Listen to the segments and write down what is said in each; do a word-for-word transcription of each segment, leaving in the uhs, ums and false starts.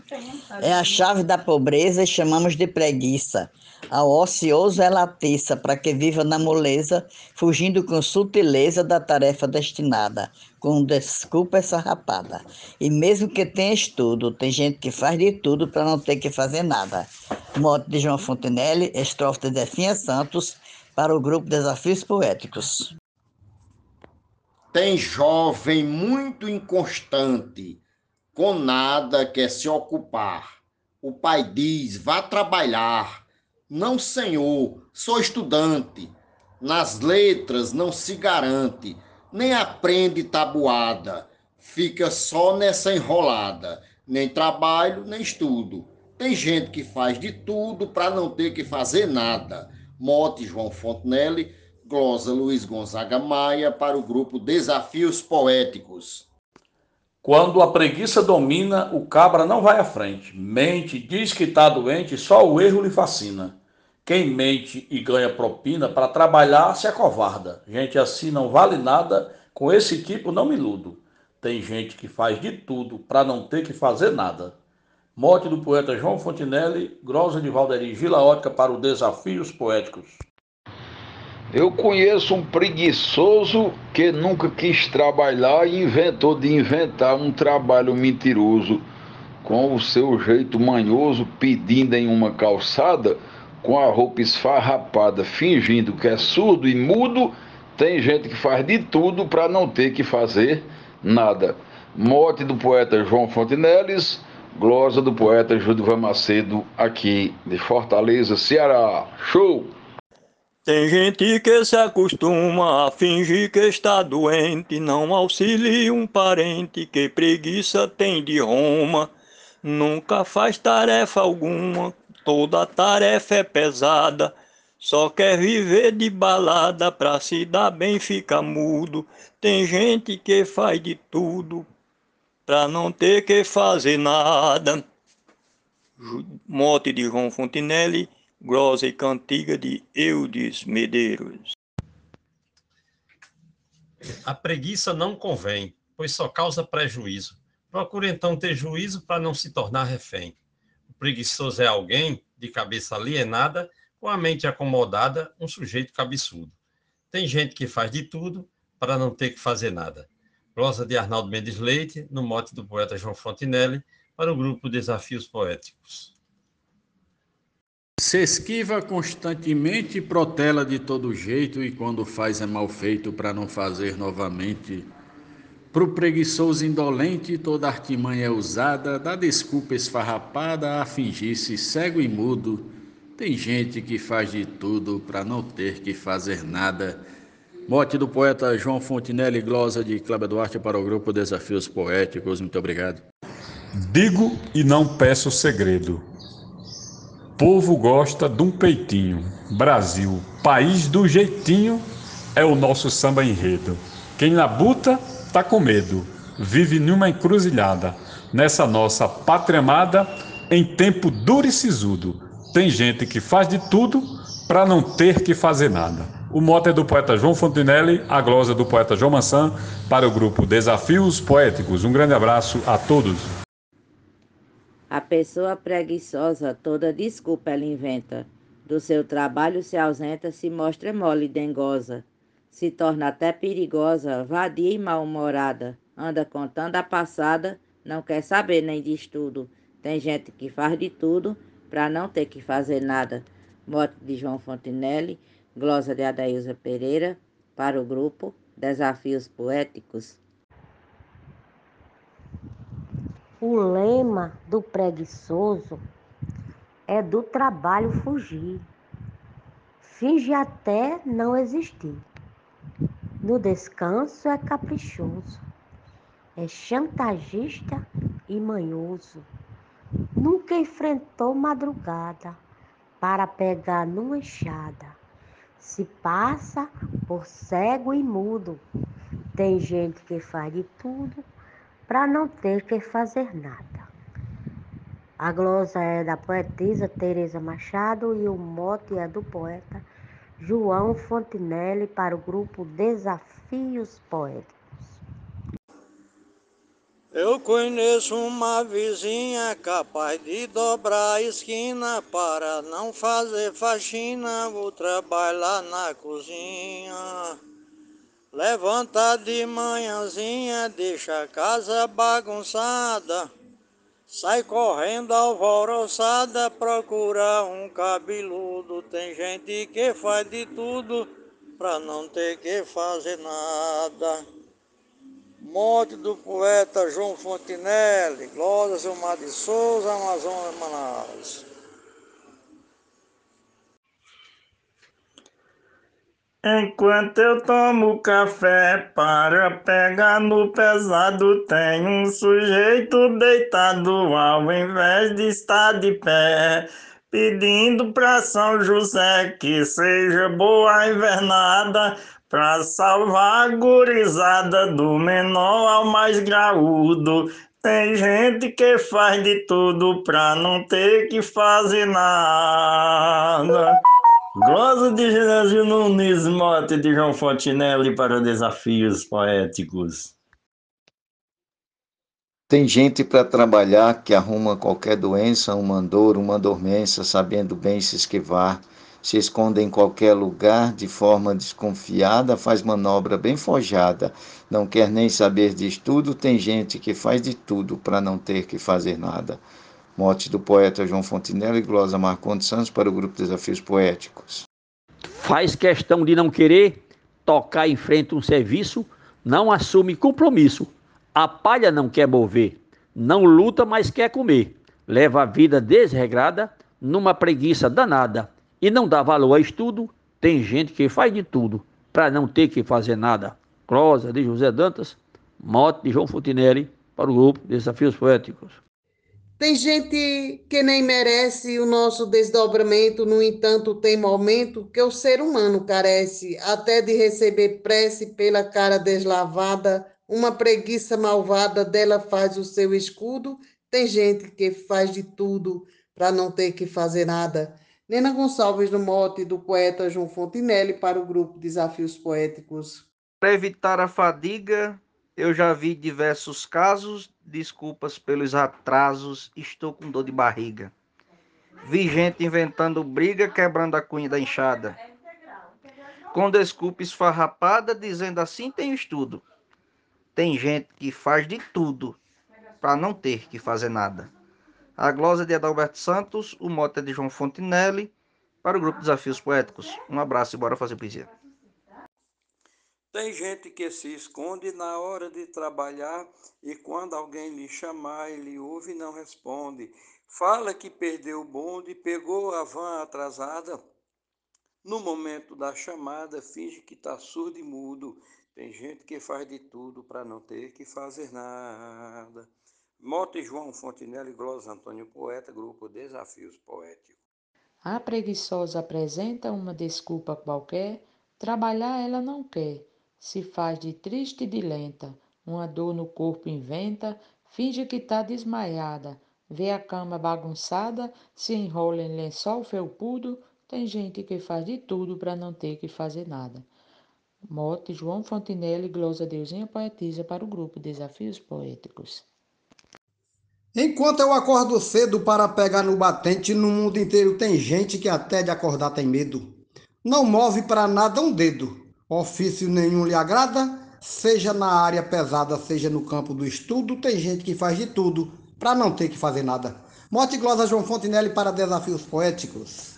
É a chave da pobreza e chamamos de preguiça. Ao ocioso é latiça, para que viva na moleza, fugindo com sutileza da tarefa destinada, com desculpa essa rapada. E mesmo que tenha estudo, tem gente que faz de tudo para não ter que fazer nada. Mote de João Fontenelle, estrofe de Zefinha Santos, para o grupo Desafios Poéticos. Tem jovem muito inconstante, com nada quer se ocupar. O pai diz, vá trabalhar. Não, senhor, sou estudante. Nas letras não se garante, nem aprende tabuada. Fica só nessa enrolada. Nem trabalho, nem estudo. Tem gente que faz de tudo para não ter que fazer nada. Mote João Fontenelle, glosa Luiz Gonzaga Maia, para o grupo Desafios Poéticos. Quando a preguiça domina, o cabra não vai à frente. Mente, diz que está doente, só o erro lhe fascina. Quem mente e ganha propina para trabalhar se acovarda. Gente assim não vale nada, com esse tipo não me iludo. Tem gente que faz de tudo para não ter que fazer nada. Mote do poeta João Fontenelle, glosa de Valderi Vila Ótica para o Desafios Poéticos. Eu conheço um preguiçoso que nunca quis trabalhar e inventou de inventar um trabalho mentiroso, com o seu jeito manhoso, pedindo em uma calçada, com a roupa esfarrapada, fingindo que é surdo e mudo. Tem gente que faz de tudo para não ter que fazer nada. Mote do poeta João Fontenelles, glosa do poeta Judivan Macedo, aqui de Fortaleza, Ceará. Show! Tem gente que se acostuma a fingir que está doente, não auxilia um parente, que preguiça tem de Roma. Nunca faz tarefa alguma, toda tarefa é pesada. Só quer viver de balada, pra se dar bem fica mudo. Tem gente que faz de tudo, pra não ter que fazer nada. Mote de João Fontenelle, glosa e cantiga de Eudes Medeiros. A preguiça não convém, pois só causa prejuízo. Procure então ter juízo para não se tornar refém. O preguiçoso é alguém de cabeça alienada, com a mente acomodada, um sujeito cabeçudo. Tem gente que faz de tudo para não ter que fazer nada. Glosa de Arnaldo Mendes Leite, no mote do poeta João Fontenelle, para o grupo Desafios Poéticos. Se esquiva constantemente e protela de todo jeito, e quando faz é mal feito para não fazer novamente. Pro preguiçoso indolente toda artimanha é usada, dá desculpa esfarrapada a fingir-se cego e mudo. Tem gente que faz de tudo para não ter que fazer nada. Mote do poeta João Fontenelle, glosa de Cláudio Duarte para o grupo Desafios Poéticos. Muito obrigado. Digo e não peço segredo. Povo gosta de um peitinho. Brasil, país do jeitinho, é o nosso samba enredo. Quem labuta tá com medo, vive numa encruzilhada. Nessa nossa pátria amada, em tempo duro e sisudo, tem gente que faz de tudo para não ter que fazer nada. O mote é do poeta João Fontenelle, a glosa do poeta João Massan, para o grupo Desafios Poéticos. Um grande abraço a todos. A pessoa preguiçosa, toda desculpa ela inventa. Do seu trabalho se ausenta, se mostra mole e dengosa. Se torna até perigosa, vadia e mal-humorada. Anda contando a passada, não quer saber nem de estudo. Tem gente que faz de tudo para não ter que fazer nada. Mote de João Fontenelle, glosa de Adailza Pereira, para o grupo Desafios Poéticos. O lema do preguiçoso é do trabalho fugir. Finge até não existir. No descanso é caprichoso. É chantagista e manhoso. Nunca enfrentou madrugada para pegar numa enxada. Se passa por cego e mudo. Tem gente que faz de tudo para não ter que fazer nada. A glosa é da poetisa Teresa Machado e o mote é do poeta João Fontenelle para o grupo Desafios Poéticos. Eu conheço uma vizinha capaz de dobrar a esquina para não fazer faxina, vou trabalhar na cozinha. Levanta de manhãzinha, deixa a casa bagunçada, sai correndo alvoroçada, procura um cabeludo. Tem gente que faz de tudo pra não ter que fazer nada. Morte do poeta João Fontinelli, Glória Gilmar de Souza, Amazonas, Manaus. Enquanto eu tomo café para pegar no pesado, tem um sujeito deitado ao invés de estar de pé, pedindo para São José que seja boa a invernada, para salvar a gurizada do menor ao mais graúdo. Tem gente que faz de tudo para não ter que fazer nada. Glosa de Genésio Nunes, mote de João Fontinelli para Desafios Poéticos. Tem gente para trabalhar que arruma qualquer doença, uma dor, uma dormência, sabendo bem se esquivar, se esconde em qualquer lugar de forma desconfiada, faz manobra bem forjada, não quer nem saber de estudo. Tem gente que faz de tudo para não ter que fazer nada. Mote do poeta João Fontinelli e glosa Marcondes Santos para o grupo Desafios Poéticos. Faz questão de não querer tocar em frente um serviço, não assume compromisso. A palha não quer mover, não luta, mas quer comer. Leva a vida desregrada, numa preguiça danada, e não dá valor a estudo. Tem gente que faz de tudo para não ter que fazer nada. Prosa de José Dantas, mote de João Fontinelli para o grupo Desafios Poéticos. Tem gente que nem merece o nosso desdobramento, no entanto, tem momento que o ser humano carece até de receber prece pela cara deslavada. Uma preguiça malvada dela faz o seu escudo. Tem gente que faz de tudo para não ter que fazer nada. Nena Gonçalves, no mote do poeta João Fontinelli para o grupo Desafios Poéticos. Para evitar a fadiga, eu já vi diversos casos, desculpas pelos atrasos, estou com dor de barriga. Vi gente inventando briga, quebrando a cunha da enxada. Com desculpa esfarrapada, dizendo assim tem estudo. Tem gente que faz de tudo para não ter que fazer nada. A glosa de Adalberto Santos, o mote é de João Fontinelli, para o grupo Desafios Poéticos. Um abraço e bora fazer poesia. Tem gente que se esconde na hora de trabalhar e quando alguém lhe chamar, ele ouve e não responde. Fala que perdeu o bonde, pegou a van atrasada. No momento da chamada, finge que está surdo e mudo. Tem gente que faz de tudo para não ter que fazer nada. Mote João Fontinelli, Glosa Antônio Poeta, grupo Desafios Poéticos. A preguiçosa apresenta uma desculpa qualquer, trabalhar ela não quer. Se faz de triste e de lenta, uma dor no corpo inventa, finge que tá desmaiada, vê a cama bagunçada, se enrola em lençol felpudo. Tem gente que faz de tudo para não ter que fazer nada. Mote João Fontinelli, glosa Deusinha Poetisa para o grupo Desafios Poéticos. Enquanto eu acordo cedo para pegar no batente, no mundo inteiro tem gente que até de acordar tem medo. Não move para nada um dedo, ofício nenhum lhe agrada, seja na área pesada, seja no campo do estudo, tem gente que faz de tudo para não ter que fazer nada. Mote e glosa João Fontinelli para Desafios Poéticos.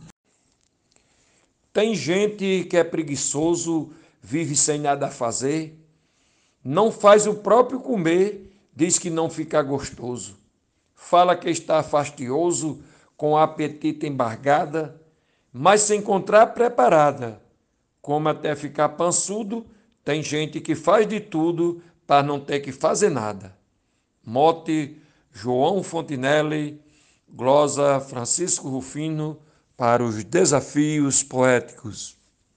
Tem gente que é preguiçoso, vive sem nada a fazer, não faz o próprio comer, diz que não fica gostoso. Fala que está fastioso, com o apetite embargada, mas se encontrar preparada, como até ficar pançudo. Tem gente que faz de tudo para não ter que fazer nada. Mote João Fontinelli, glosa Francisco Rufino, para os Desafios Poéticos.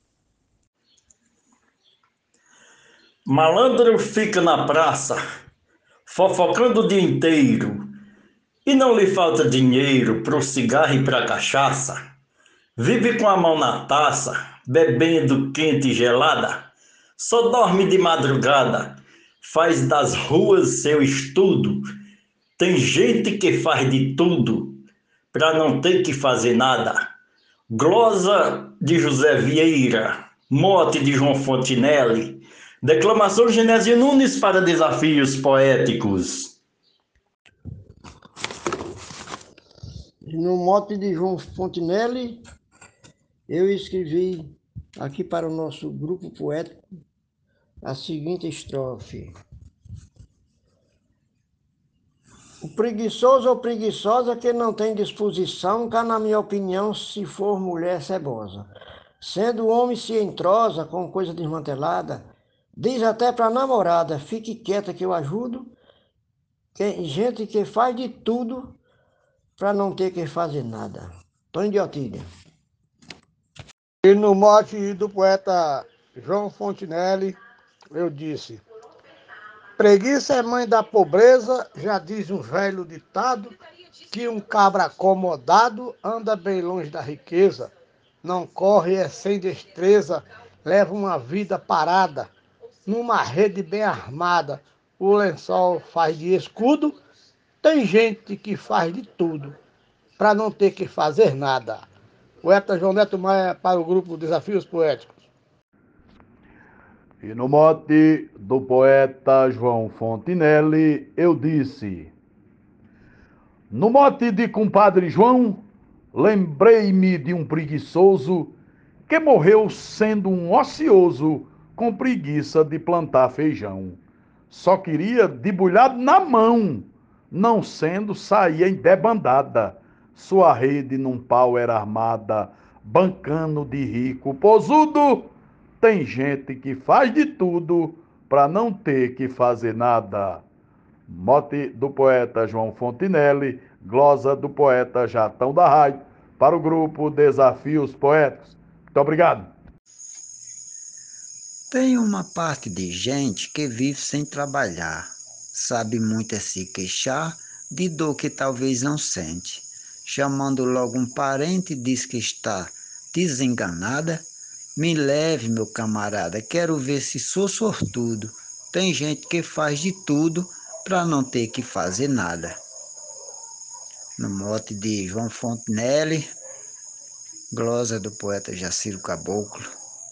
Malandro fica na praça, fofocando o dia inteiro, e não lhe falta dinheiro pro cigarro e pra cachaça. Vive com a mão na taça, bebendo quente e gelada, só dorme de madrugada, faz das ruas seu estudo. Tem gente que faz de tudo para não ter que fazer nada. Glosa de José Vieira, mote de João Fontinelli, declamação de Genésio Nunes para Desafios Poéticos. No mote de João Fontinelli, eu escrevi aqui para o nosso grupo poético a seguinte estrofe. O preguiçoso ou preguiçosa que não tem disposição, cá na minha opinião, se for mulher cebosa. Sendo homem se entrosa com coisa desmantelada, diz até para namorada, fique quieta que eu ajudo. Tem gente que faz de tudo para não ter que fazer nada. Tonho de Otília. E no mote do poeta João Fontinelli, eu disse: preguiça é mãe da pobreza, já diz um velho ditado, que um cabra acomodado anda bem longe da riqueza, não corre é sem destreza, leva uma vida parada, numa rede bem armada, o lençol faz de escudo, tem gente que faz de tudo, para não ter que fazer nada. Poeta João Neto Maia para o grupo Desafios Poéticos. E no mote do poeta João Fontinelli, eu disse: no mote de compadre João, lembrei-me de um preguiçoso que morreu sendo um ocioso com preguiça de plantar feijão. Só queria debulhado na mão, não sendo, saía em debandada. Sua rede num pau era armada, bancando de rico posudo. Tem gente que faz de tudo para não ter que fazer nada. Mote do poeta João Fontinelli, glosa do poeta Jatão da Raio, para o grupo Desafios Poéticos. Muito obrigado. Tem uma parte de gente que vive sem trabalhar, sabe muito é se queixar de dor que talvez não sente. Chamando logo um parente, diz que está desenganada. Me leve, meu camarada, quero ver se sou sortudo. Tem gente que faz de tudo para não ter que fazer nada. No mote de João Fontinelli, glosa do poeta Jaciro Caboclo.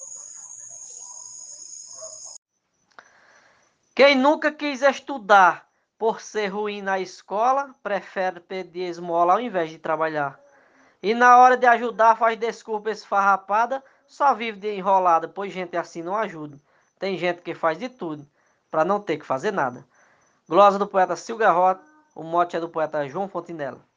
Quem nunca quis estudar por ser ruim na escola, prefere pedir esmola ao invés de trabalhar. E na hora de ajudar faz desculpa esfarrapada, só vive de enrolada, pois gente assim não ajuda. Tem gente que faz de tudo, para não ter que fazer nada. Glosa do poeta Silga Rota, o mote é do poeta João Fontinelli.